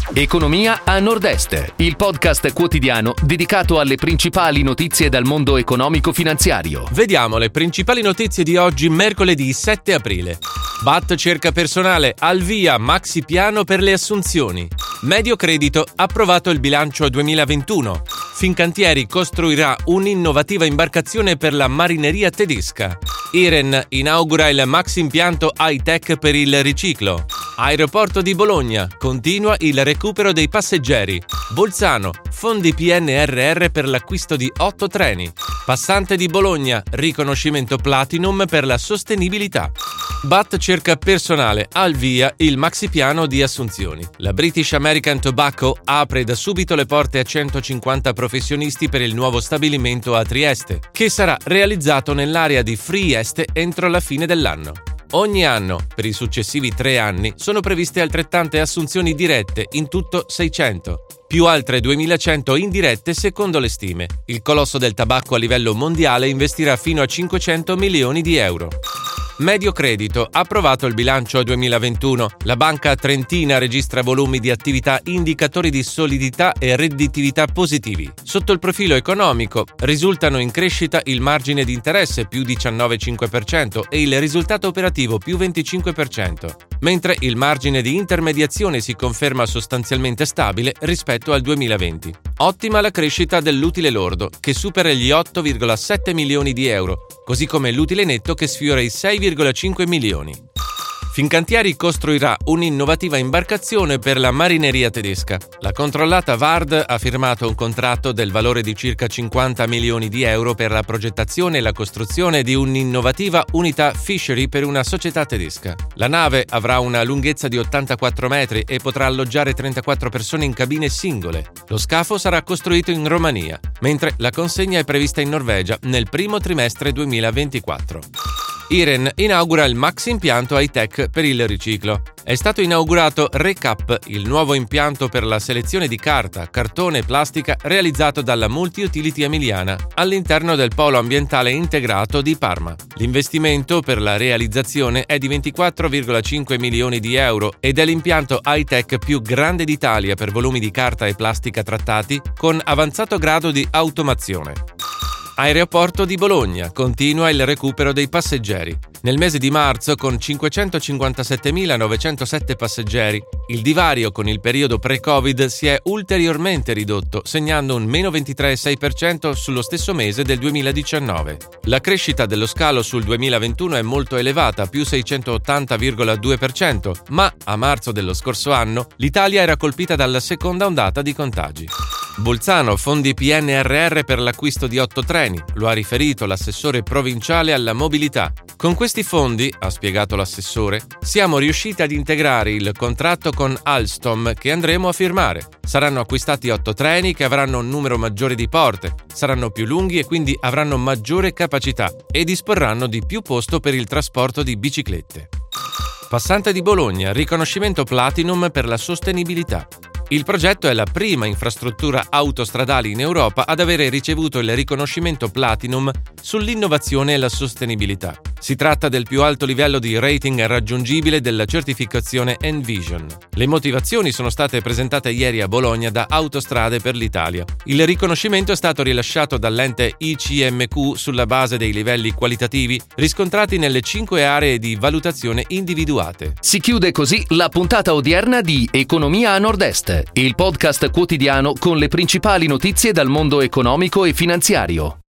Economia a Nord-Est, il podcast quotidiano dedicato alle principali notizie dal mondo economico-finanziario. Vediamo le principali notizie di oggi, mercoledì 7 aprile. BAT cerca personale, al via maxi piano per le assunzioni. Mediocredito, approvato il bilancio 2021. Fincantieri costruirà un'innovativa imbarcazione per la marineria tedesca. Iren inaugura il maxi impianto high-tech per il riciclo. Aeroporto di Bologna, continua il recupero dei passeggeri. Bolzano, fondi PNRR per l'acquisto di 8 treni. Passante di Bologna, riconoscimento Platinum per la sostenibilità. BAT cerca personale, al via il maxi piano di assunzioni. La British American Tobacco apre da subito le porte a 150 professionisti per il nuovo stabilimento a Trieste, che sarà realizzato nell'area di Frieste entro la fine dell'anno. Ogni anno, per i successivi 3 anni, sono previste altrettante assunzioni dirette, in tutto 600, più altre 2100 indirette secondo le stime. Il colosso del tabacco a livello mondiale investirà fino a 500 milioni di euro. Mediocredito, approvato il bilancio 2021. La banca trentina registra volumi di attività indicatori di solidità e redditività positivi. Sotto il profilo economico, risultano in crescita il margine di interesse più 19,5% e il risultato operativo più 25%, mentre il margine di intermediazione si conferma sostanzialmente stabile rispetto al 2020. Ottima la crescita dell'utile lordo, che supera gli 8,7 milioni di euro, così come l'utile netto che sfiora i 6,5 milioni. Fincantieri costruirà un'innovativa imbarcazione per la marineria tedesca. La controllata Vard ha firmato un contratto del valore di circa 50 milioni di euro per la progettazione e la costruzione di un'innovativa unità fishery per una società tedesca. La nave avrà una lunghezza di 84 metri e potrà alloggiare 34 persone in cabine singole. Lo scafo sarà costruito in Romania, mentre la consegna è prevista in Norvegia nel primo trimestre 2024. Iren inaugura il maxi impianto high-tech per il riciclo. È stato inaugurato Recap, il nuovo impianto per la selezione di carta, cartone e plastica realizzato dalla Multi-Utility Emiliana all'interno del polo ambientale integrato di Parma. L'investimento per la realizzazione è di 24,5 milioni di euro ed è l'impianto high-tech più grande d'Italia per volumi di carta e plastica trattati con avanzato grado di automazione. Aeroporto di Bologna, continua il recupero dei passeggeri. Nel mese di marzo, con 557.907 passeggeri, il divario con il periodo pre-Covid si è ulteriormente ridotto, segnando un meno 23,6% sullo stesso mese del 2019. La crescita dello scalo sul 2021 è molto elevata, più 680,2%, ma a marzo dello scorso anno l'Italia era colpita dalla seconda ondata di contagi. Bolzano, fondi PNRR per l'acquisto di 8 treni, lo ha riferito l'assessore provinciale alla mobilità. Con questi fondi, ha spiegato l'assessore, siamo riusciti ad integrare il contratto con Alstom che andremo a firmare. Saranno acquistati 8 treni che avranno un numero maggiore di porte, saranno più lunghi e quindi avranno maggiore capacità e disporranno di più posto per il trasporto di biciclette. Passante di Bologna, riconoscimento Platinum per la sostenibilità. Il progetto è la prima infrastruttura autostradale in Europa ad avere ricevuto il riconoscimento Platinum sull'innovazione e la sostenibilità. Si tratta del più alto livello di rating raggiungibile della certificazione Envision. Le motivazioni sono state presentate ieri a Bologna da Autostrade per l'Italia. Il riconoscimento è stato rilasciato dall'ente ICMQ sulla base dei livelli qualitativi riscontrati nelle 5 aree di valutazione individuate. Si chiude così la puntata odierna di Economia a Nord-Est, il podcast quotidiano con le principali notizie dal mondo economico e finanziario.